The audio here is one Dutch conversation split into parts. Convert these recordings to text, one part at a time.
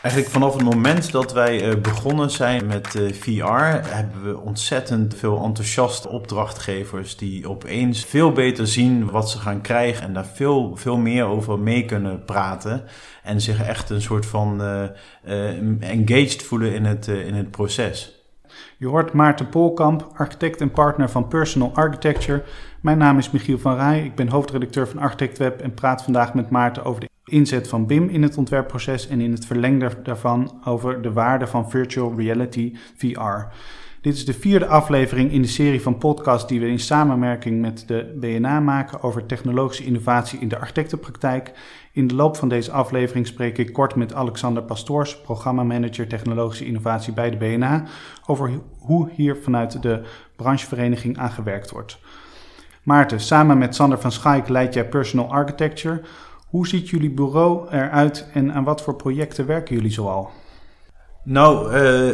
Eigenlijk vanaf het moment dat wij begonnen zijn met VR, hebben we ontzettend veel enthousiaste opdrachtgevers die opeens veel beter zien wat ze gaan krijgen en daar veel meer over mee kunnen praten. En zich echt een soort van engaged voelen in het proces. Je hoort Maarten Polkamp, architect en partner van Personal Architecture. Mijn naam is Michiel van Rij, ik ben hoofdredacteur van ArchitectWeb en praat vandaag met Maarten over de inzet van BIM in het ontwerpproces en in het verlengde daarvan over de waarde van virtual reality VR. Dit is de 4e aflevering in de serie van podcasts die we in samenwerking met de BNA maken over technologische innovatie in de architectenpraktijk. In de loop van deze aflevering spreek ik kort met Alexander Pastoors, programmamanager technologische innovatie bij de BNA, over hoe hier vanuit de branchevereniging aan gewerkt wordt. Maarten, samen met Sander van Schaik leid jij Personal Architecture. Hoe ziet jullie bureau eruit en aan wat voor projecten werken jullie zoal? Nou,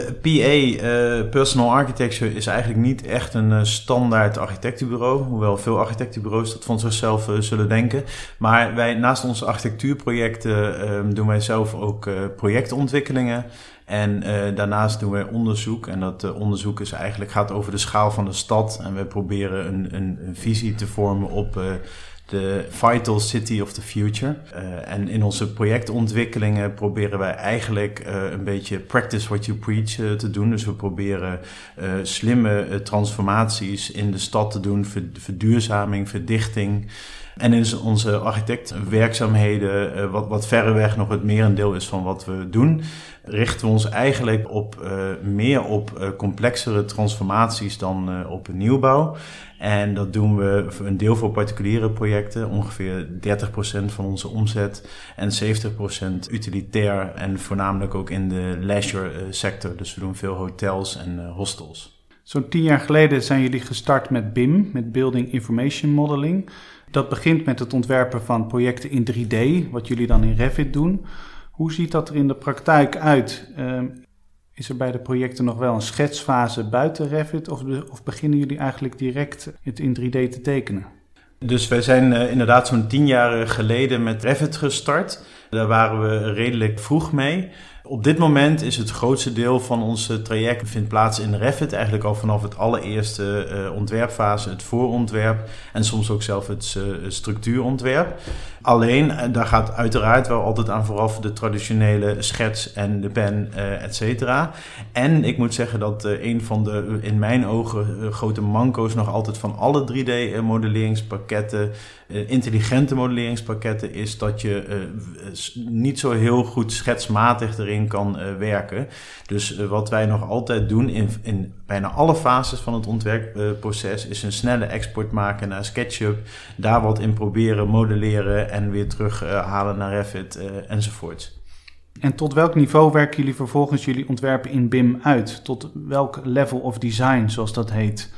Personal Architecture is eigenlijk niet echt een standaard architectenbureau. Hoewel veel architectenbureaus dat van zichzelf zullen denken. Maar wij, naast onze architectuurprojecten doen wij zelf ook projectontwikkelingen. En daarnaast doen wij onderzoek. En dat onderzoek gaat over de schaal van de stad. En wij proberen een visie te vormen op de Vital City of the Future. En in onze projectontwikkelingen proberen wij eigenlijk een beetje practice what you preach te doen. Dus we proberen slimme transformaties in de stad te doen, verduurzaming, verdichting. En in onze architectwerkzaamheden, wat verreweg nog het merendeel is van wat we doen, richten we ons eigenlijk meer op complexere transformaties dan op nieuwbouw. En dat doen we voor een deel voor particuliere projecten, ongeveer 30% van onze omzet en 70% utilitair en voornamelijk ook in de leisure sector. Dus we doen veel hotels en hostels. Zo'n 10 jaar geleden zijn jullie gestart met BIM, met Building Information Modeling. Dat begint met het ontwerpen van projecten in 3D, wat jullie dan in Revit doen. Hoe ziet dat er in de praktijk uit? Is er bij de projecten nog wel een schetsfase buiten Revit of beginnen jullie eigenlijk direct het in 3D te tekenen? Dus wij zijn inderdaad zo'n 10 jaar geleden met Revit gestart. Daar waren we redelijk vroeg mee. Op dit moment is het grootste deel van ons traject vindt plaats in Revit. Eigenlijk al vanaf het allereerste ontwerpfase, het voorontwerp en soms ook zelf het structuurontwerp. Alleen, daar gaat uiteraard wel altijd aan vooraf de traditionele schets en de pen, et cetera. En ik moet zeggen dat een van de, in mijn ogen, grote manco's nog altijd van alle 3D-modelleringspakketten, intelligente modelleringspakketten, is dat je niet zo heel goed schetsmatig erin kan werken. Dus wat wij nog altijd doen in bijna alle fases van het ontwerpproces is een snelle export maken naar SketchUp, daar wat in proberen, modelleren en weer terughalen naar Revit enzovoort. En tot welk niveau werken jullie vervolgens jullie ontwerpen in BIM uit? Tot welk level of design, zoals dat heet?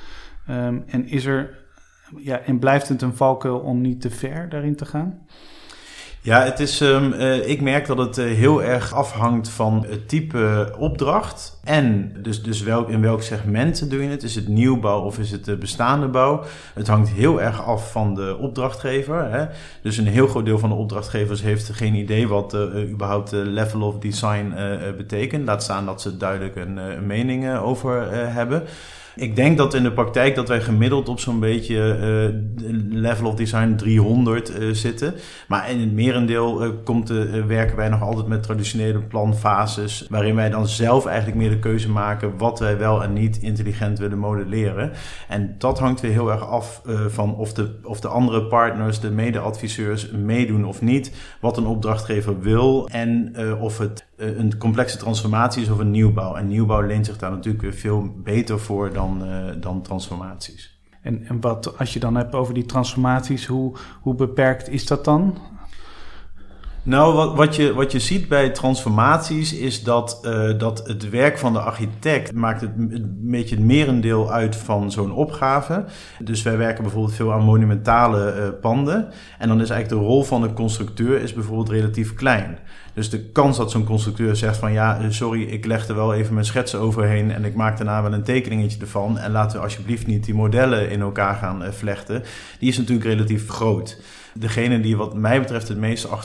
En blijft het een valkuil om niet te ver daarin te gaan? Ja, het is, ik merk dat het heel erg afhangt van het type opdracht en dus in welk segment doe je het. Is het nieuwbouw of is het bestaande bouw? Het hangt heel erg af van de opdrachtgever. Hè? Dus een heel groot deel van de opdrachtgevers heeft geen idee wat überhaupt level of design betekent. Laat staan dat ze duidelijk een mening over hebben. Ik denk dat in de praktijk dat wij gemiddeld op zo'n beetje level of design 300 zitten. Maar in het merendeel werken wij nog altijd met traditionele planfases, waarin wij dan zelf eigenlijk meer de keuze maken wat wij wel en niet intelligent willen modelleren. En dat hangt weer heel erg af van of de andere partners, de mede-adviseurs, meedoen of niet, wat een opdrachtgever wil en of het een complexe transformatie is of een nieuwbouw. En nieuwbouw leent zich daar natuurlijk weer veel beter voor dan transformaties. En wat, als je dan hebt over die transformaties, hoe beperkt is dat dan? Nou, wat je ziet bij transformaties is dat het werk van de architect maakt een beetje het merendeel uit van zo'n opgave. Dus wij werken bijvoorbeeld veel aan monumentale panden. En dan is eigenlijk de rol van de constructeur is bijvoorbeeld relatief klein. Dus de kans dat zo'n constructeur zegt van ja, sorry, ik leg er wel even mijn schetsen overheen en ik maak daarna wel een tekeningetje ervan en laten we alsjeblieft niet die modellen in elkaar gaan vlechten, die is natuurlijk relatief groot. Degene die wat mij betreft het meest achterop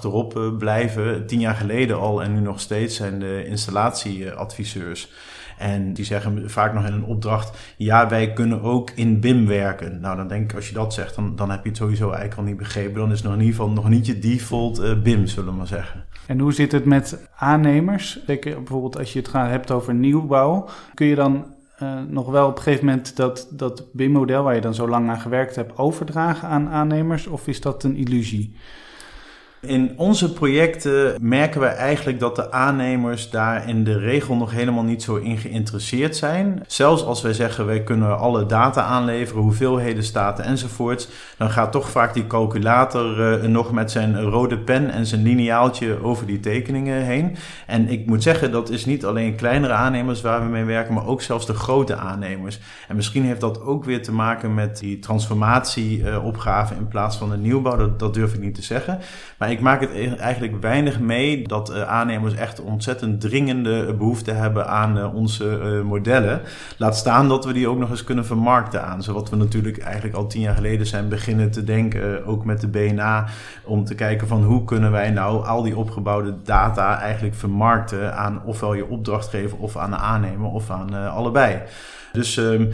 blijven. 10 jaar geleden al en nu nog steeds zijn de installatieadviseurs. En die zeggen vaak nog in een opdracht, ja, wij kunnen ook in BIM werken. Nou, dan denk ik, als je dat zegt, dan heb je het sowieso eigenlijk al niet begrepen. Dan is het nog in ieder geval nog niet je default BIM, zullen we maar zeggen. En hoe zit het met aannemers? Zeker bijvoorbeeld als je het hebt over nieuwbouw. Kun je dan nog wel op een gegeven moment dat BIM-model waar je dan zo lang aan gewerkt hebt overdragen aan aannemers? Of is dat een illusie? In onze projecten merken we eigenlijk dat de aannemers daar in de regel nog helemaal niet zo in geïnteresseerd zijn. Zelfs als wij zeggen wij kunnen alle data aanleveren, hoeveelheden, staten enzovoorts, dan gaat toch vaak die calculator nog met zijn rode pen en zijn lineaaltje over die tekeningen heen. En ik moet zeggen, dat is niet alleen kleinere aannemers waar we mee werken, maar ook zelfs de grote aannemers. En misschien heeft dat ook weer te maken met die transformatieopgave in plaats van de nieuwbouw, dat durf ik niet te zeggen. Maar ik maak het eigenlijk weinig mee dat aannemers echt ontzettend dringende behoefte hebben aan onze modellen. Laat staan dat we die ook nog eens kunnen vermarkten aan. Zoals we natuurlijk eigenlijk al 10 jaar geleden zijn beginnen te denken, ook met de BNA, om te kijken van hoe kunnen wij nou al die opgebouwde data eigenlijk vermarkten aan ofwel je opdrachtgever of aan de aannemer of aan allebei. Dus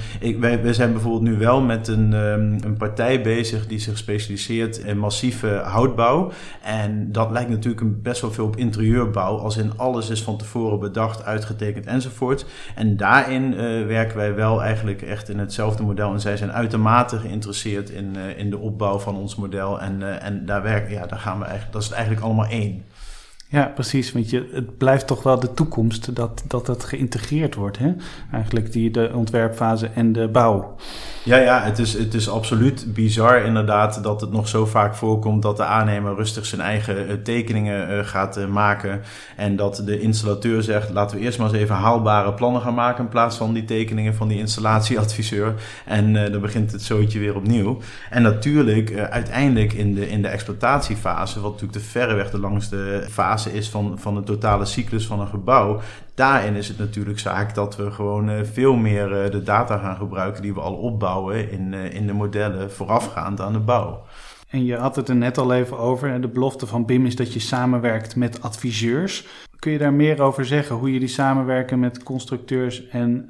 wij zijn bijvoorbeeld nu wel met een partij bezig die zich specialiseert in massieve houtbouw. En dat lijkt natuurlijk best wel veel op interieurbouw, als in alles is van tevoren bedacht, uitgetekend enzovoort. En daarin werken wij wel eigenlijk echt in hetzelfde model. En zij zijn uitermate geïnteresseerd in de opbouw van ons model. En daar gaan we eigenlijk, dat is eigenlijk allemaal één. Ja, precies, want het blijft toch wel de toekomst dat het geïntegreerd wordt, hè? Eigenlijk de ontwerpfase en de bouw. Ja, het is absoluut bizar inderdaad dat het nog zo vaak voorkomt dat de aannemer rustig zijn eigen tekeningen gaat maken en dat de installateur zegt, laten we eerst maar eens even haalbare plannen gaan maken in plaats van die tekeningen van die installatieadviseur. En dan begint het zootje weer opnieuw. En natuurlijk uiteindelijk in de exploitatiefase, wat natuurlijk de verreweg de langste fase is van de totale cyclus van een gebouw, daarin is het natuurlijk zaak dat we gewoon veel meer de data gaan gebruiken die we al opbouwen in de modellen voorafgaand aan de bouw. En je had het er net al even over. De belofte van BIM is dat je samenwerkt met adviseurs. Kun je daar meer over zeggen? Hoe jullie samenwerken met constructeurs en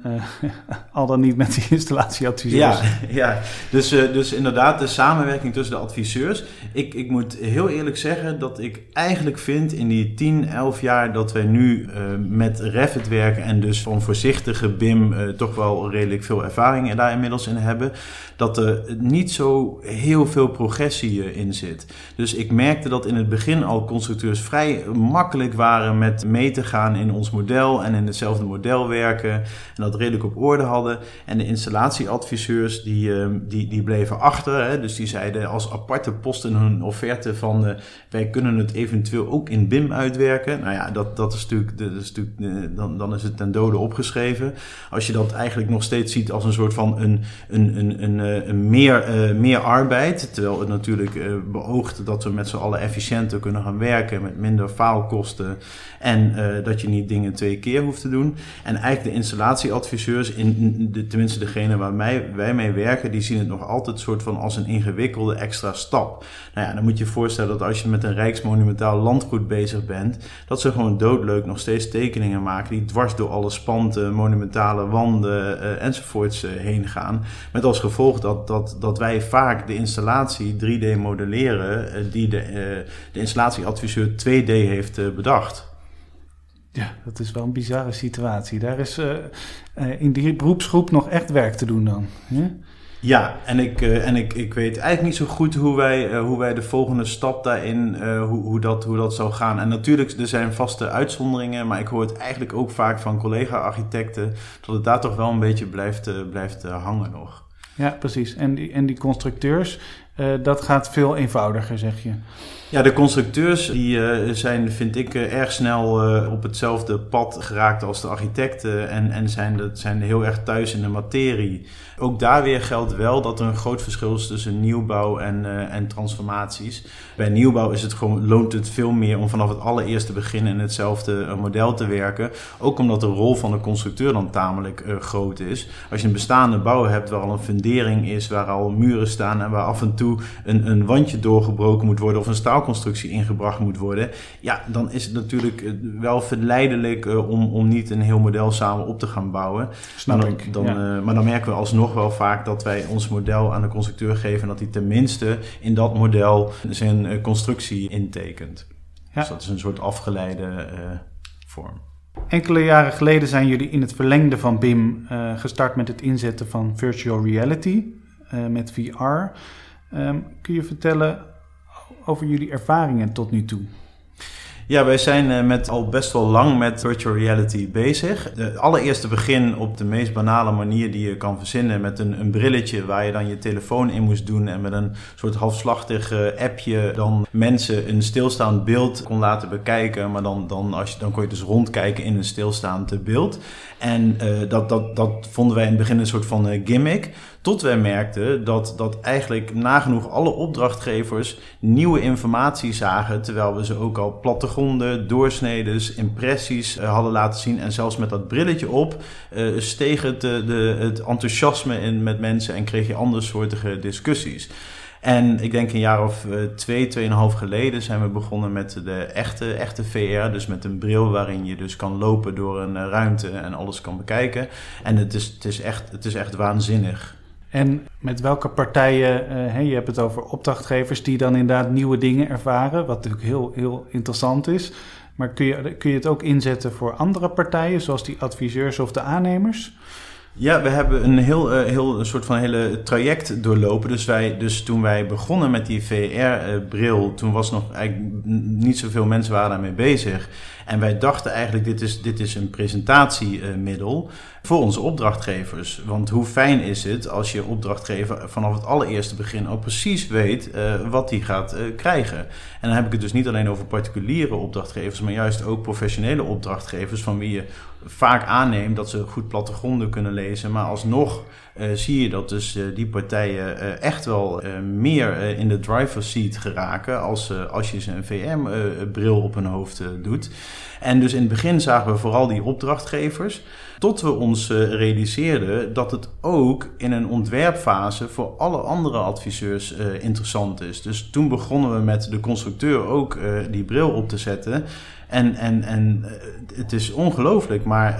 al dan niet met die installatieadviseurs? Ja. Dus inderdaad de samenwerking tussen de adviseurs. Ik moet heel eerlijk zeggen dat ik eigenlijk vind in die 10, 11 jaar dat wij nu met Revit werken en dus van voorzichtige BIM toch wel redelijk veel ervaring daar inmiddels in hebben, dat er niet zo heel veel progressie in zit. Dus ik merkte dat in het begin al constructeurs vrij makkelijk waren met mee te gaan in ons model en in hetzelfde model werken en dat redelijk op orde hadden. En de installatieadviseurs die bleven achter. Hè? Dus die zeiden als aparte post in hun offerte van wij kunnen het eventueel ook in BIM uitwerken. Nou ja, dat is natuurlijk dan is het ten dode opgeschreven. Als je dat eigenlijk nog steeds ziet als een soort van een meer arbeid, terwijl het natuurlijk beoogt dat we met z'n allen efficiënter kunnen gaan werken met minder faalkosten en dat je niet dingen 2 keer hoeft te doen. En eigenlijk de installatieadviseurs, tenminste degene waar wij mee werken, die zien het nog altijd soort van als een ingewikkelde extra stap. Nou ja, dan moet je je voorstellen dat als je met een rijksmonumentaal landgoed bezig bent, dat ze gewoon doodleuk nog steeds tekeningen maken die dwars door alle spanten, monumentale wanden enzovoorts heen gaan. Met als gevolg dat wij vaak de installatie 3D modelleren die de installatieadviseur 2D heeft bedacht. Ja, dat is wel een bizarre situatie. Daar is in die beroepsgroep nog echt werk te doen dan. Ja? Ja, en ik weet eigenlijk niet zo goed hoe wij de volgende stap daarin, hoe dat zou gaan. En natuurlijk, er zijn vaste uitzonderingen, maar ik hoor het eigenlijk ook vaak van collega-architecten dat het daar toch wel een beetje blijft hangen nog. Ja, precies. En die constructeurs, dat gaat veel eenvoudiger, zeg je. Ja, de constructeurs die zijn, vind ik, erg snel op hetzelfde pad geraakt als de architecten en zijn heel erg thuis in de materie. Ook daar weer geldt wel dat er een groot verschil is tussen nieuwbouw en transformaties. Bij nieuwbouw loont het veel meer om vanaf het allereerste begin in hetzelfde model te werken. Ook omdat de rol van de constructeur dan tamelijk groot is. Als je een bestaande bouw hebt waar al een fundering is, waar al muren staan en waar af en toe toe een wandje doorgebroken moet worden of een staalconstructie ingebracht moet worden, ja, dan is het natuurlijk wel verleidelijk om niet een heel model samen op te gaan bouwen. Snap ik. Maar dan merken we alsnog wel vaak dat wij ons model aan de constructeur geven en dat hij tenminste in dat model zijn constructie intekent. Ja. Dus dat is een soort afgeleide vorm. Enkele jaren geleden zijn jullie in het verlengde van BIM gestart met het inzetten van virtual reality met VR. Kun je vertellen over jullie ervaringen tot nu toe? Ja, wij zijn al best wel lang met virtual reality bezig. Het allereerste begin op de meest banale manier die je kan verzinnen met een brilletje waar je dan je telefoon in moest doen en met een soort halfslachtig appje dan mensen een stilstaand beeld kon laten bekijken. Maar dan kon je dus rondkijken in een stilstaand beeld. En dat vonden wij in het begin een soort van gimmick. Tot wij merkten dat eigenlijk nagenoeg alle opdrachtgevers nieuwe informatie zagen, terwijl we ze ook al plattegronden, doorsnedens, impressies hadden laten zien. En zelfs met dat brilletje op steeg het enthousiasme met mensen en kreeg je andersoortige discussies. En ik denk een jaar of 2,5 geleden zijn we begonnen met de echte VR. Dus met een bril waarin je dus kan lopen door een ruimte en alles kan bekijken. En het is echt waanzinnig. En met welke partijen, je hebt het over opdrachtgevers die dan inderdaad nieuwe dingen ervaren, wat natuurlijk heel, heel interessant is. Maar kun je het ook inzetten voor andere partijen, zoals die adviseurs of de aannemers? Ja, we hebben een soort van hele traject doorlopen. Dus toen wij begonnen met die VR-bril, toen was nog eigenlijk niet zoveel mensen waren daarmee bezig. En wij dachten eigenlijk, dit is een presentatiemiddel voor onze opdrachtgevers. Want hoe fijn is het als je opdrachtgever vanaf het allereerste begin al precies weet wat hij gaat krijgen. En dan heb ik het dus niet alleen over particuliere opdrachtgevers, maar juist ook professionele opdrachtgevers van wie je vaak aanneemt dat ze goed plattegronden kunnen lezen. Maar alsnog zie je dat dus die partijen echt wel meer in de driver's seat geraken als je ze een VR-bril op hun hoofd doet. En dus in het begin zagen we vooral die opdrachtgevers, tot we ons realiseerden dat het ook in een ontwerpfase voor alle andere adviseurs interessant is. Dus toen begonnen we met de constructeur ook die bril op te zetten. En het is ongelooflijk, maar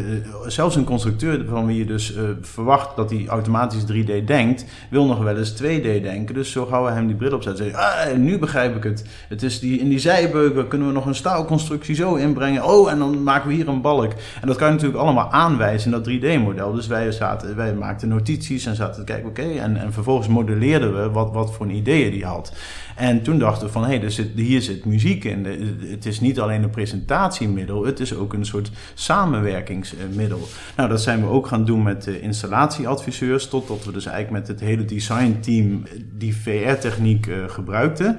zelfs een constructeur van wie je dus verwacht dat hij automatisch 3D denkt, wil nog wel eens 2D denken. Dus zo gauw we hem die bril opzetten, nu begrijp ik het. Het is in die zijbeuken kunnen we nog een staalconstructie zo inbrengen. Oh, en dan maken we hier een balk. En dat kan je natuurlijk allemaal aanwijzen in dat 3D-model. Dus wij maakten notities en zaten te kijken, oké. En vervolgens modelleerden we wat voor ideeën die had. En toen dachten we van, hier zit muziek in. Het is niet alleen een presentatiemiddel, het is ook een soort samenwerkingsmiddel. Nou, dat zijn we ook gaan doen met installatieadviseurs, totdat we dus eigenlijk met het hele designteam die VR-techniek gebruikten.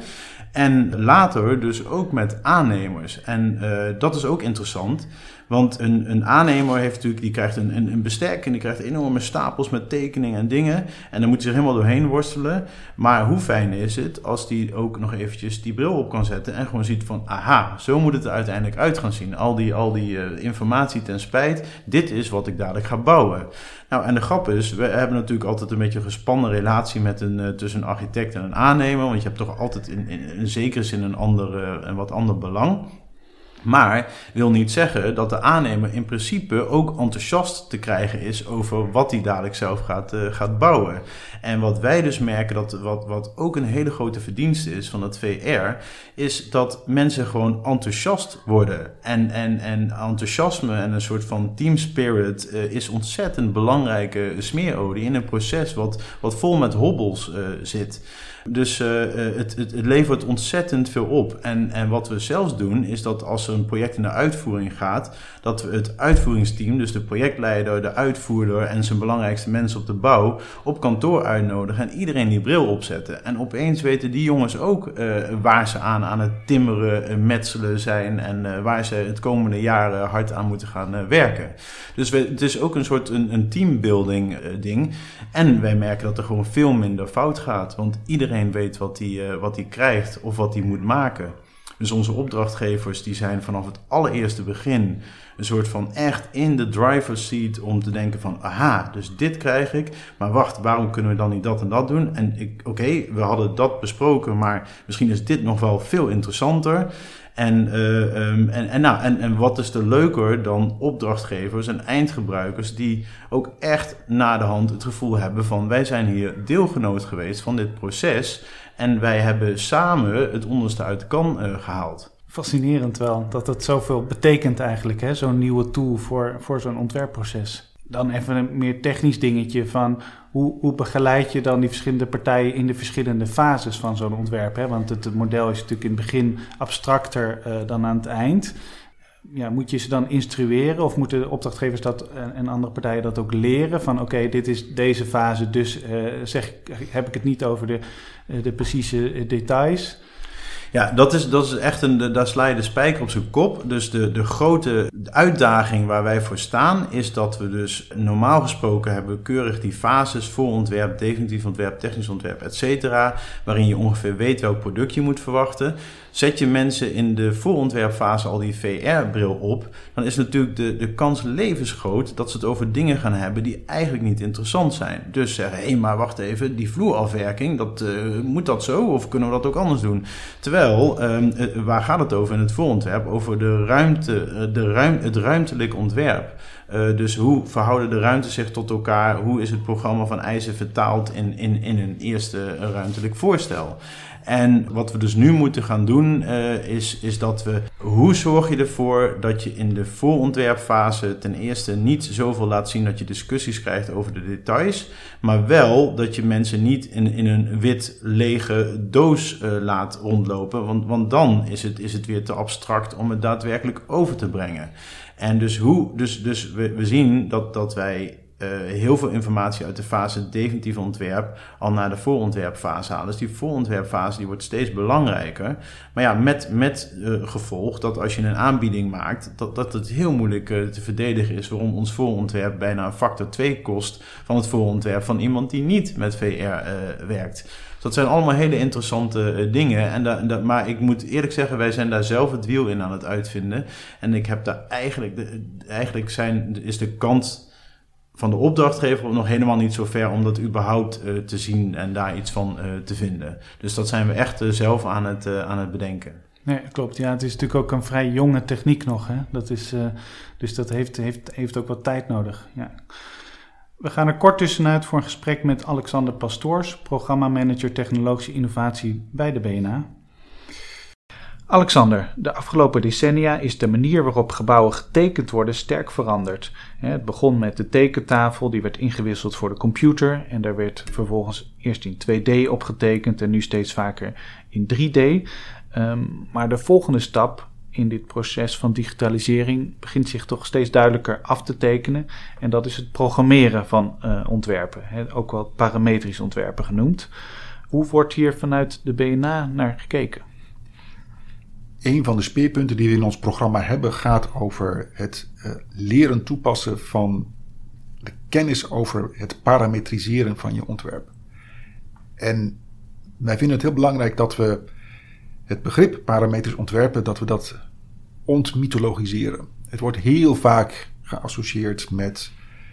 En later dus ook met aannemers. En dat is ook interessant. Want een aannemer die krijgt een bestek en die krijgt enorme stapels met tekeningen en dingen. En dan moet hij zich helemaal doorheen worstelen. Maar hoe fijn is het als die ook nog eventjes die bril op kan zetten en gewoon ziet van, aha, zo moet het er uiteindelijk uit gaan zien. Al die informatie ten spijt, dit is wat ik dadelijk ga bouwen. Nou, en de grap is, we hebben natuurlijk altijd een beetje een gespannen relatie tussen een architect en een aannemer. Want je hebt toch altijd in zekere zin een wat ander belang. Maar wil niet zeggen dat de aannemer in principe ook enthousiast te krijgen is over wat hij dadelijk zelf gaat bouwen. En wat wij dus merken, wat ook een hele grote verdienste is van het VR, is dat mensen gewoon enthousiast worden. En enthousiasme en een soort van team spirit is ontzettend belangrijke smeerolie in een proces wat vol met hobbels zit. Dus het levert ontzettend veel op. En wat we zelfs doen, is dat als er een project in de uitvoering gaat, dat we het uitvoeringsteam, dus de projectleider, de uitvoerder en zijn belangrijkste mensen op de bouw, op kantoor uitnodigen en iedereen die bril opzetten. En opeens weten die jongens ook waar ze aan het timmeren, metselen zijn en waar ze het komende jaar hard aan moeten gaan werken. Dus het is ook een soort een teambuilding ding. En wij merken dat er gewoon veel minder fout gaat, want iedereen weet wat hij krijgt of wat hij moet maken. Dus onze opdrachtgevers die zijn vanaf het allereerste begin een soort van echt in de driver's seat om te denken van aha, dus dit krijg ik. Maar wacht, waarom kunnen we dan niet dat en dat doen? En oké, we hadden dat besproken, maar misschien is dit nog wel veel interessanter. En wat is er leuker dan opdrachtgevers en eindgebruikers die ook echt na de hand het gevoel hebben van wij zijn hier deelgenoot geweest van dit proces en wij hebben samen het onderste uit de kan gehaald. Fascinerend wel, dat het zoveel betekent eigenlijk, hè? Zo'n nieuwe tool voor zo'n ontwerpproces. Dan even een meer technisch dingetje van hoe begeleid je dan die verschillende partijen in de verschillende fases van zo'n ontwerp? Hè? Want het model is natuurlijk in het begin abstracter dan aan het eind. Ja, moet je ze dan instrueren of moeten de opdrachtgevers dat en andere partijen dat ook leren? Van oké, dit is deze fase, dus heb ik het niet over de precieze details. Ja, dat is echt daar sla je de spijker op zijn kop. Dus de grote uitdaging waar wij voor staan is dat we dus normaal gesproken hebben keurig die fases, voorontwerp, definitief ontwerp, technisch ontwerp, et cetera, waarin je ongeveer weet welk product je moet verwachten. Zet je mensen in de voorontwerpfase al die VR-bril op, dan is natuurlijk de kans levensgroot dat ze het over dingen gaan hebben die eigenlijk niet interessant zijn. Dus zeggen, maar wacht even, die vloerafwerking, moet dat zo of kunnen we dat ook anders doen? Terwijl, waar gaat het over in het voorontwerp? Over het ruimtelijk ontwerp. Dus hoe verhouden de ruimtes zich tot elkaar? Hoe is het programma van eisen vertaald in een eerste ruimtelijk voorstel? En wat we dus nu moeten gaan doen is dat hoe zorg je ervoor dat je in de voorontwerpfase ten eerste niet zoveel laat zien dat je discussies krijgt over de details, maar wel dat je mensen niet in een wit lege doos laat rondlopen, want dan is het weer te abstract om het daadwerkelijk over te brengen. En dus we zien dat wij heel veel informatie uit de fase definitief ontwerp al naar de voorontwerpfase halen. Dus die voorontwerpfase die wordt steeds belangrijker. Maar ja, met gevolg dat als je een aanbieding maakt, dat het heel moeilijk te verdedigen is waarom ons voorontwerp bijna een factor 2 kost van het voorontwerp van iemand die niet met VR werkt. Dus dat zijn allemaal hele interessante dingen. Maar ik moet eerlijk zeggen, wij zijn daar zelf het wiel in aan het uitvinden. En ik heb daar is de kant van de opdrachtgever nog helemaal niet zo ver om dat überhaupt te zien en daar iets van te vinden. Dus dat zijn we echt zelf aan het bedenken. Nee, klopt. Ja, het is natuurlijk ook een vrij jonge techniek nog. Hè? Dat is, dus dat heeft ook wat tijd nodig. Ja. We gaan er kort tussenuit voor een gesprek met Alexander Pastoors, programmamanager technologische innovatie bij de BNA. Alexander, de afgelopen decennia is de manier waarop gebouwen getekend worden sterk veranderd. Het begon met de tekentafel, die werd ingewisseld voor de computer en daar werd vervolgens eerst in 2D opgetekend en nu steeds vaker in 3D. Maar de volgende stap in dit proces van digitalisering begint zich toch steeds duidelijker af te tekenen en dat is het programmeren van ontwerpen, ook wel parametrisch ontwerpen genoemd. Hoe wordt hier vanuit de BNA naar gekeken? Een van de speerpunten die we in ons programma hebben gaat over het leren toepassen van de kennis over het parametriseren van je ontwerp. En wij vinden het heel belangrijk dat we het begrip parametrisch ontwerpen, dat we dat ontmythologiseren. Het wordt heel vaak geassocieerd met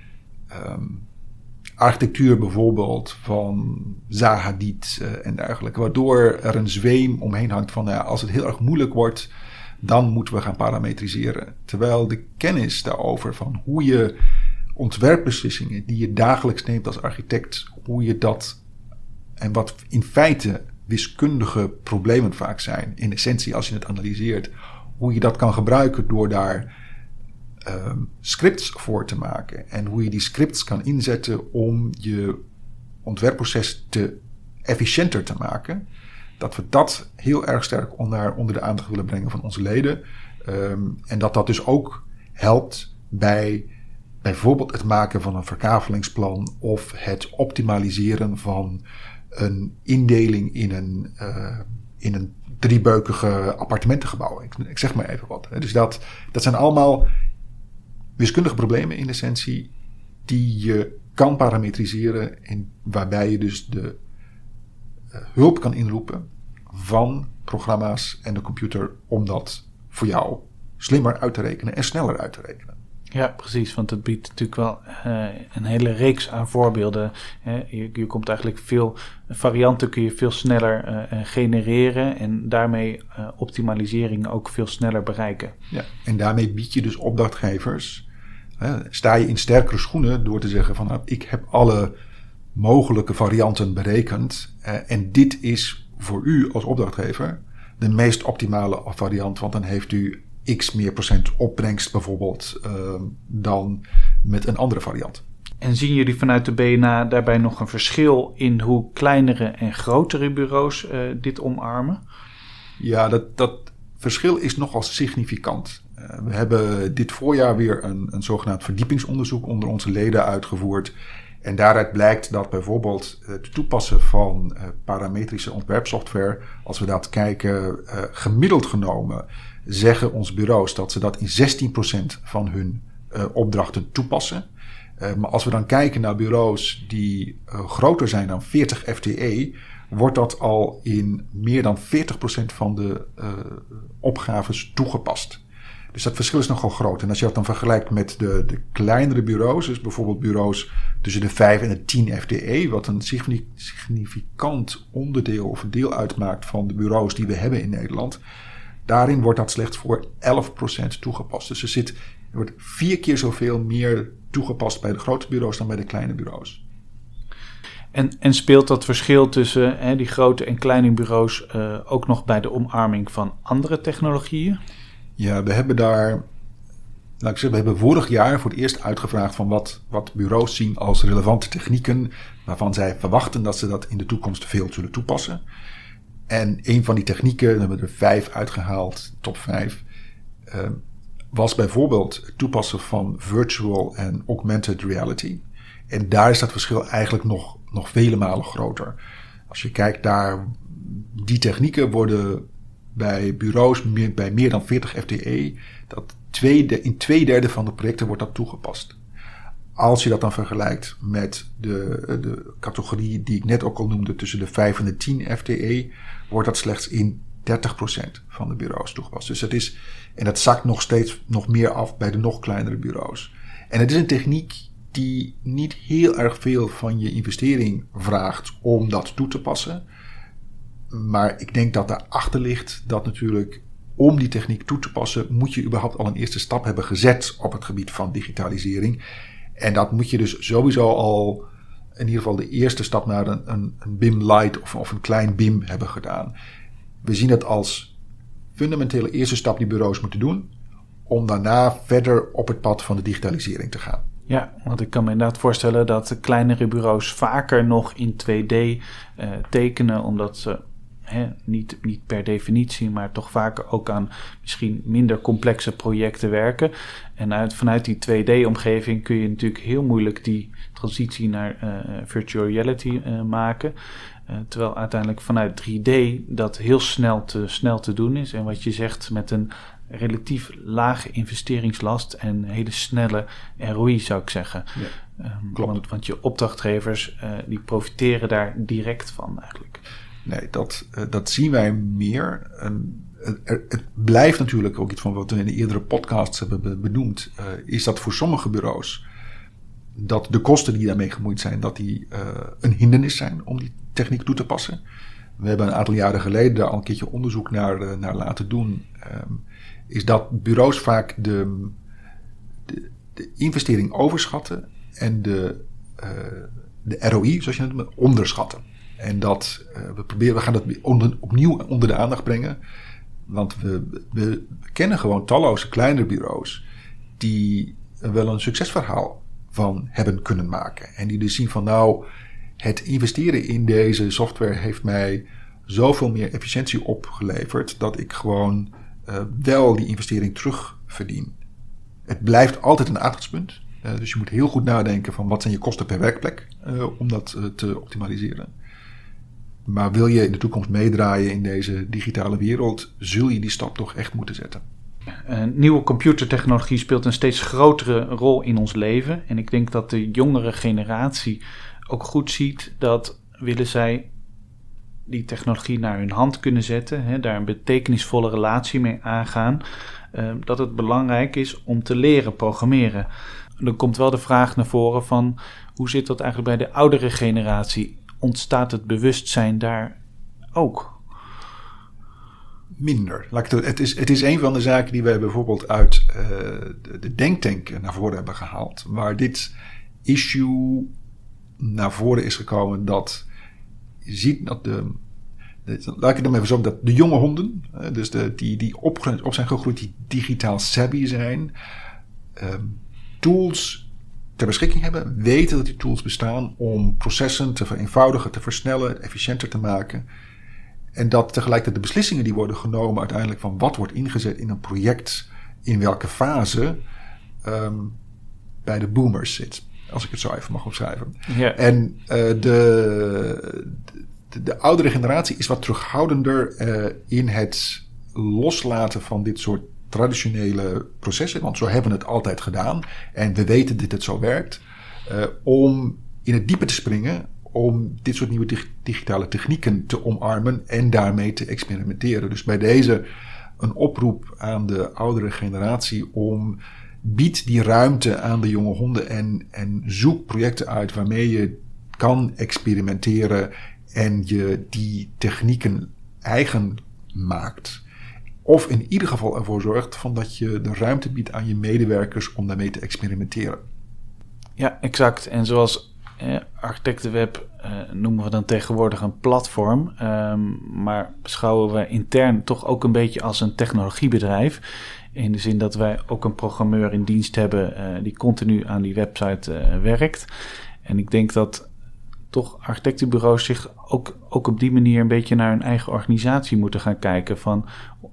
architectuur bijvoorbeeld van Zaha Hadid en dergelijke, waardoor er een zweem omheen hangt van als het heel erg moeilijk wordt, dan moeten we gaan parametriseren. Terwijl de kennis daarover van hoe je ontwerpbeslissingen die je dagelijks neemt als architect, hoe je dat en wat in feite wiskundige problemen vaak zijn, in essentie als je het analyseert, hoe je dat kan gebruiken door daar scripts voor te maken en hoe je die scripts kan inzetten om je ontwerpproces efficiënter te maken, dat we dat heel erg sterk onder de aandacht willen brengen van onze leden en dat dus ook helpt bij bijvoorbeeld het maken van een verkavelingsplan of het optimaliseren van een indeling in een driebeukige appartementengebouw. Ik zeg maar even wat. Dus dat zijn allemaal wiskundige problemen in essentie die je kan parametriseren en waarbij je dus de hulp kan inroepen van programma's en de computer om dat voor jou slimmer uit te rekenen en sneller uit te rekenen. Ja, precies, want het biedt natuurlijk wel een hele reeks aan voorbeelden. Je komt eigenlijk veel varianten kun je veel sneller genereren en daarmee optimalisering ook veel sneller bereiken. Ja, en daarmee bied je dus opdrachtgevers, sta je in sterkere schoenen door te zeggen van nou, ik heb alle mogelijke varianten berekend en dit is voor u als opdrachtgever de meest optimale variant, want dan heeft u x meer procent opbrengst bijvoorbeeld dan met een andere variant. En zien jullie vanuit de BNA daarbij nog een verschil in hoe kleinere en grotere bureaus dit omarmen? Ja, dat verschil is nogal significant. We hebben dit voorjaar weer een zogenaamd verdiepingsonderzoek onder onze leden uitgevoerd. En daaruit blijkt dat bijvoorbeeld het toepassen van parametrische ontwerpsoftware, als we dat kijken, gemiddeld genomen, zeggen onze bureaus dat ze dat in 16% van hun opdrachten toepassen. Maar als we dan kijken naar bureaus die groter zijn dan 40 FTE, wordt dat al in meer dan 40% van de opgaves toegepast. Dus dat verschil is nogal groot. En als je dat dan vergelijkt met de kleinere bureaus, dus bijvoorbeeld bureaus tussen de 5 en de 10 FTE, wat een significant onderdeel of een deel uitmaakt van de bureaus die we hebben in Nederland, daarin wordt dat slechts voor 11% toegepast. Dus er wordt 4 keer zoveel meer toegepast bij de grote bureaus dan bij de kleine bureaus. En speelt dat verschil tussen die grote en kleine bureaus ook nog bij de omarming van andere technologieën? Ja, we hebben daar, we hebben vorig jaar voor het eerst uitgevraagd van wat bureaus zien als relevante technieken, waarvan zij verwachten dat ze dat in de toekomst veel zullen toepassen. En een van die technieken, daar hebben we er 5 uitgehaald, top 5, was bijvoorbeeld het toepassen van virtual en augmented reality. En daar is dat verschil eigenlijk nog vele malen groter. Als je kijkt daar, die technieken worden bij bureaus bij meer dan 40 FTE, in 2/3 van de projecten wordt dat toegepast. Als je dat dan vergelijkt met de categorie die ik net ook al noemde, tussen de 5 en de 10 FTE, wordt dat slechts in 30% van de bureaus toegepast. Dus dat zakt nog steeds nog meer af bij de nog kleinere bureaus. En het is een techniek die niet heel erg veel van je investering vraagt om dat toe te passen. Maar ik denk dat daarachter ligt dat natuurlijk om die techniek toe te passen, moet je überhaupt al een eerste stap hebben gezet op het gebied van digitalisering. En dat moet je dus sowieso al in ieder geval de eerste stap naar een BIM Lite of een klein BIM hebben gedaan. We zien het als fundamentele eerste stap die bureaus moeten doen, om daarna verder op het pad van de digitalisering te gaan. Ja, want ik kan me inderdaad voorstellen dat de kleinere bureaus vaker nog in 2D tekenen, omdat ze niet per definitie, maar toch vaker ook aan misschien minder complexe projecten werken. En vanuit die 2D-omgeving kun je natuurlijk heel moeilijk die transitie naar virtual reality maken. Terwijl uiteindelijk vanuit 3D dat heel snel te doen is. En wat je zegt, met een relatief lage investeringslast en hele snelle ROI zou ik zeggen. Ja, klopt. Want je opdrachtgevers die profiteren daar direct van eigenlijk. Nee, dat zien wij meer. Het blijft natuurlijk ook iets van wat we in de eerdere podcasts hebben benoemd. Is dat voor sommige bureaus dat de kosten die daarmee gemoeid zijn, dat die een hindernis zijn om die techniek toe te passen. We hebben een aantal jaren geleden daar al een keertje onderzoek naar laten doen. Is dat bureaus vaak de investering overschatten en de ROI, zoals je het noemt, onderschatten. En dat we gaan dat opnieuw onder de aandacht brengen. Want we kennen gewoon talloze kleinere bureaus die wel een succesverhaal van hebben kunnen maken. En die dus zien van nou, het investeren in deze software heeft mij zoveel meer efficiëntie opgeleverd dat ik gewoon wel die investering terugverdien. Het blijft altijd een aandachtspunt. Dus je moet heel goed nadenken van wat zijn je kosten per werkplek om dat te optimaliseren. Maar wil je in de toekomst meedraaien in deze digitale wereld, zul je die stap toch echt moeten zetten. Nieuwe computertechnologie speelt een steeds grotere rol in ons leven. En ik denk dat de jongere generatie ook goed ziet dat willen zij die technologie naar hun hand kunnen zetten, daar een betekenisvolle relatie mee aangaan, dat het belangrijk is om te leren programmeren. Dan komt wel de vraag naar voren van hoe zit dat eigenlijk bij de oudere generatie? Ontstaat het bewustzijn daar ook? Minder. Het is een van de zaken die wij bijvoorbeeld uit de denktank naar voren hebben gehaald. Waar dit issue naar voren is gekomen dat je ziet dat laat ik het dan even zo, dat de jonge honden, dus die op zijn gegroeid, die digitaal savvy zijn, tools ter beschikking hebben, weten dat die tools bestaan om processen te vereenvoudigen, te versnellen, efficiënter te maken. En dat tegelijkertijd de beslissingen die worden genomen uiteindelijk van wat wordt ingezet in een project, in welke fase, bij de boomers zit. Als ik het zo even mag omschrijven. Ja. En de oudere generatie is wat terughoudender in het loslaten van dit soort traditionele processen. Want zo hebben we het altijd gedaan. En we weten dat het zo werkt. Om in het diepe te springen. Om dit soort nieuwe digitale technieken te omarmen. En daarmee te experimenteren. Dus bij deze een oproep aan de oudere generatie om bied die ruimte aan de jonge honden en zoek projecten uit waarmee je kan experimenteren en je die technieken eigen maakt. Of in ieder geval ervoor zorgt van dat je de ruimte biedt aan je medewerkers om daarmee te experimenteren. Ja, exact. En zoals Architectenweb noemen we dan tegenwoordig een platform. Maar beschouwen we intern toch ook een beetje als een technologiebedrijf. In de zin dat wij ook een programmeur in dienst hebben die continu aan die website werkt. En ik denk dat toch architectenbureaus zich ook op die manier een beetje naar hun eigen organisatie moeten gaan kijken. Van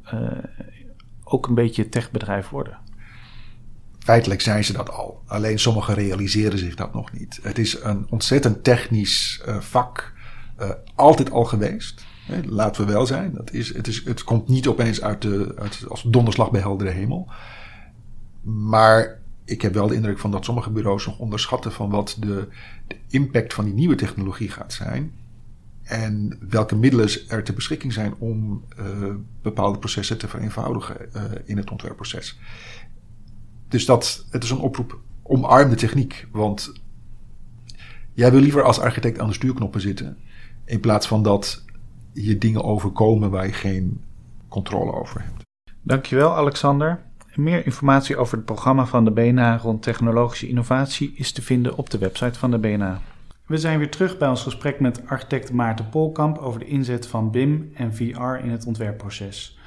ook een beetje techbedrijf worden. Feitelijk zijn ze dat al. Alleen sommigen realiseren zich dat nog niet. Het is een ontzettend technisch vak. Altijd al geweest. Laten we wel zijn. Het komt niet opeens als donderslag bij heldere hemel. Maar ik heb wel de indruk van dat sommige bureaus nog onderschatten van wat de impact van die nieuwe technologie gaat zijn. En welke middelen er ter beschikking zijn om bepaalde processen te vereenvoudigen in het ontwerpproces. Dus het is een oproep, omarm de techniek. Want jij wil liever als architect aan de stuurknoppen zitten, in plaats van dat je dingen overkomen waar je geen controle over hebt. Dankjewel, Alexander. Meer informatie over het programma van de BNA rond technologische innovatie is te vinden op de website van de BNA. We zijn weer terug bij ons gesprek met architect Maarten Polkamp over de inzet van BIM en VR in het ontwerpproces.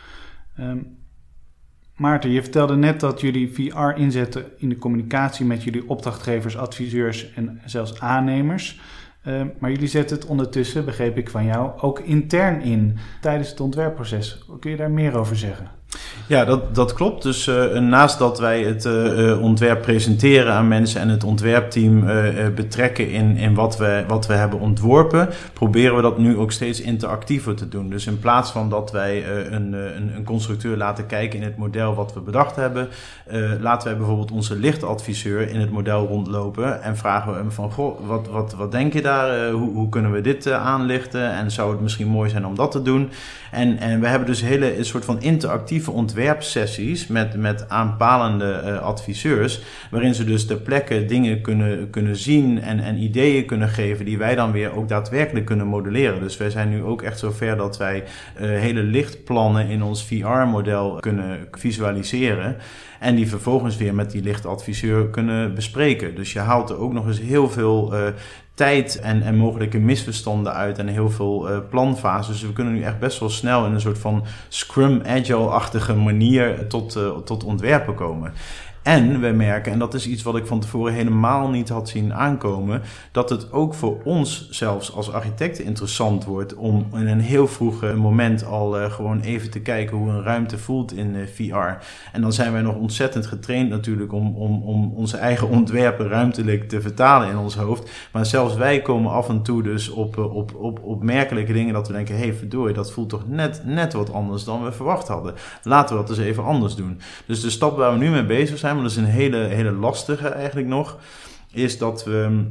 Maarten, je vertelde net dat jullie VR inzetten in de communicatie met jullie opdrachtgevers, adviseurs en zelfs aannemers. Maar jullie zetten het ondertussen, begreep ik van jou, ook intern in tijdens het ontwerpproces. Kun je daar meer over zeggen? Ja, dat klopt. Dus naast dat wij het ontwerp presenteren aan mensen en het ontwerpteam betrekken in wat we hebben ontworpen, proberen we dat nu ook steeds interactiever te doen. Dus in plaats van dat wij een constructeur laten kijken in het model wat we bedacht hebben, laten wij bijvoorbeeld onze lichtadviseur in het model rondlopen en vragen we hem van, goh, wat denk je daar? Hoe kunnen we dit aanlichten? En zou het misschien mooi zijn om dat te doen? En we hebben dus een soort van interactieve ontwerpsessies met aanpalende adviseurs, waarin ze dus ter plekke dingen kunnen zien en ideeën kunnen geven die wij dan weer ook daadwerkelijk kunnen modelleren. Dus wij zijn nu ook echt zover dat wij hele lichtplannen in ons VR-model kunnen visualiseren en die vervolgens weer met die lichtadviseur kunnen bespreken. Dus je haalt er ook nog eens heel veel tijd en mogelijke misverstanden uit en heel veel planfases. Dus we kunnen nu echt best wel snel in een soort van Scrum Agile-achtige manier tot ontwerpen komen. En we merken, en dat is iets wat ik van tevoren helemaal niet had zien aankomen, dat het ook voor ons zelfs als architecten interessant wordt om in een heel vroeg moment al gewoon even te kijken hoe een ruimte voelt in VR. En dan zijn wij nog ontzettend getraind natuurlijk om onze eigen ontwerpen ruimtelijk te vertalen in ons hoofd. Maar zelfs wij komen af en toe dus op opmerkelijke dingen dat we denken, hey verdorie, dat voelt toch net wat anders dan we verwacht hadden. Laten we dat eens even anders doen. Dus de stap waar we nu mee bezig zijn, maar dat is een hele lastige eigenlijk nog, is dat we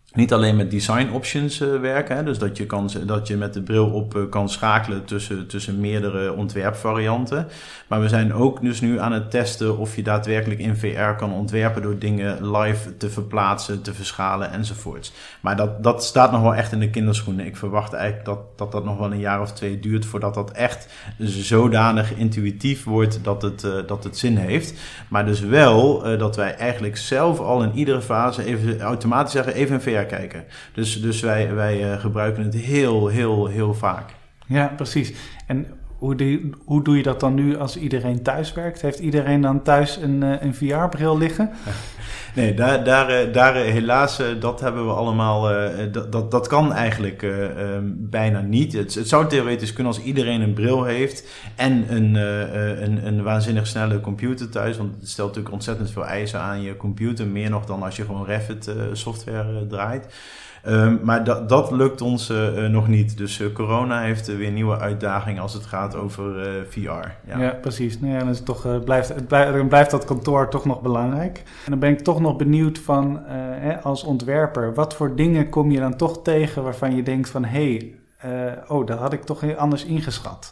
niet alleen met design options werken, hè, dus dat je met de bril op kan schakelen tussen meerdere ontwerpvarianten. Maar we zijn ook dus nu aan het testen of je daadwerkelijk in VR kan ontwerpen door dingen live te verplaatsen, te verschalen enzovoorts. Maar dat staat nog wel echt in de kinderschoenen. Ik verwacht eigenlijk dat nog wel een jaar of 2 duurt voordat dat echt zodanig intuïtief wordt dat het zin heeft. Maar dus wel dat wij eigenlijk zelf al in iedere fase even automatisch zeggen, even in VR kijken. Dus wij gebruiken het heel vaak. Ja, precies. En hoe doe je dat dan nu als iedereen thuis werkt? Heeft iedereen dan thuis een VR-bril liggen? Nee, daar helaas, dat hebben we allemaal, dat kan eigenlijk bijna niet. Het zou theoretisch kunnen als iedereen een bril heeft en een waanzinnig snelle computer thuis. Want het stelt natuurlijk ontzettend veel eisen aan je computer, meer nog dan als je gewoon Revit software draait. Maar dat lukt ons nog niet. Dus corona heeft weer nieuwe uitdagingen als het gaat over VR. Ja, precies. Nou ja, dan is het toch, blijft dat kantoor toch nog belangrijk. En dan ben ik toch nog benieuwd van, als ontwerper, wat voor dingen kom je dan toch tegen waarvan je denkt van, dat had ik toch heel anders ingeschat?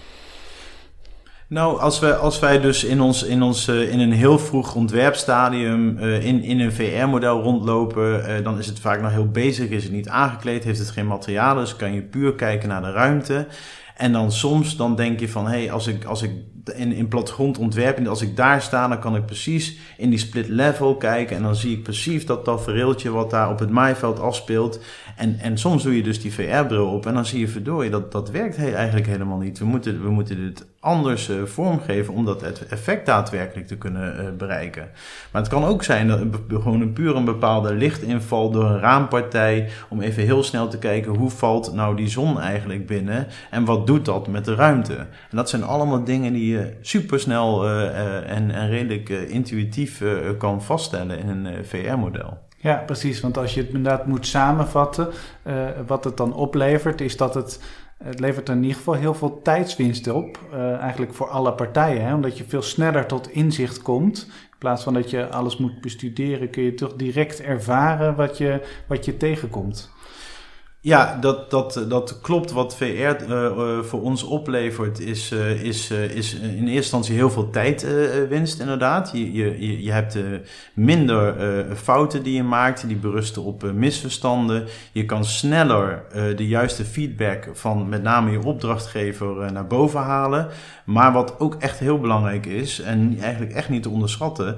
Nou, als wij dus in een heel vroeg ontwerpstadium in een VR-model rondlopen, dan is het vaak nog heel basic, is het niet aangekleed, heeft het geen materialen, dus kan je puur kijken naar de ruimte. En dan soms denk je van, als ik in plattegrond ontwerp, als ik daar sta, dan kan ik precies in die split level kijken en dan zie ik precies dat tafereeltje wat daar op het maaiveld afspeelt. En soms doe je dus die VR-bril op en dan zie je, verdorie, dat werkt eigenlijk helemaal niet. We moeten dit anders vormgeven om dat effect daadwerkelijk te kunnen bereiken. Maar het kan ook zijn dat gewoon puur een bepaalde lichtinval door een raampartij, om even heel snel te kijken hoe valt nou die zon eigenlijk binnen en wat doet dat met de ruimte. En dat zijn allemaal dingen die je supersnel en redelijk intuïtief kan vaststellen in een VR-model. Ja, precies. Want als je het inderdaad moet samenvatten, wat het dan oplevert, is dat het levert in ieder geval heel veel tijdswinst op. Eigenlijk voor alle partijen. Hè? Omdat je veel sneller tot inzicht komt. In plaats van dat je alles moet bestuderen, kun je toch direct ervaren wat je tegenkomt. Ja, dat klopt. Wat VR voor ons oplevert is in eerste instantie heel veel tijdwinst inderdaad. Je hebt minder fouten die je maakt, die berusten op misverstanden. Je kan sneller de juiste feedback van met name je opdrachtgever naar boven halen. Maar wat ook echt heel belangrijk is en eigenlijk echt niet te onderschatten,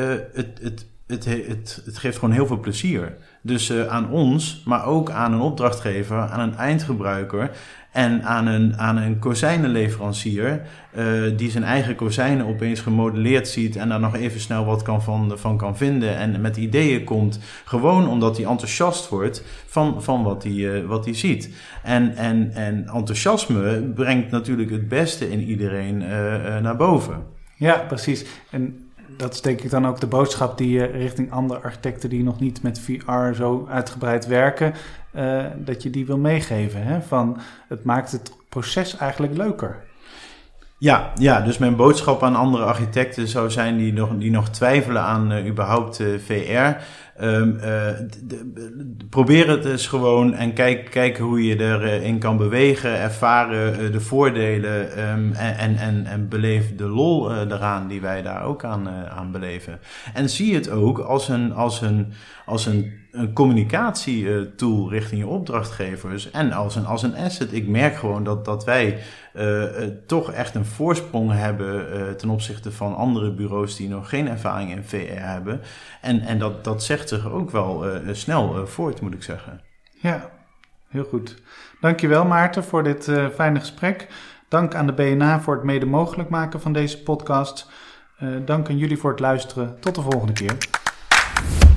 het geeft gewoon heel veel plezier. Dus aan ons, maar ook aan een opdrachtgever, aan een eindgebruiker en aan een kozijnenleverancier die zijn eigen kozijnen opeens gemodelleerd ziet en daar nog even snel wat van kan vinden en met ideeën komt, gewoon omdat hij enthousiast wordt van wat hij ziet. En enthousiasme brengt natuurlijk het beste in iedereen naar boven. Ja, precies. En dat is denk ik dan ook de boodschap die je richting andere architecten die nog niet met VR zo uitgebreid werken, dat je die wil meegeven. Hè? Van, het maakt het proces eigenlijk leuker. Ja, dus mijn boodschap aan andere architecten zou zijn die nog twijfelen aan überhaupt VR. Probeer het eens gewoon en kijk hoe je erin kan bewegen, ervaren de voordelen en beleef de lol eraan die wij daar ook aan beleven. En zie het ook als een communicatietool richting je opdrachtgevers en als een asset. Ik merk gewoon dat wij toch echt een voorsprong hebben ten opzichte van andere bureaus die nog geen ervaring in VR hebben. En dat zegt zich ook wel snel voort, moet ik zeggen. Ja, heel goed. Dankjewel Maarten voor dit fijne gesprek. Dank aan de BNA voor het mede mogelijk maken van deze podcast. Dank aan jullie voor het luisteren. Tot de volgende keer.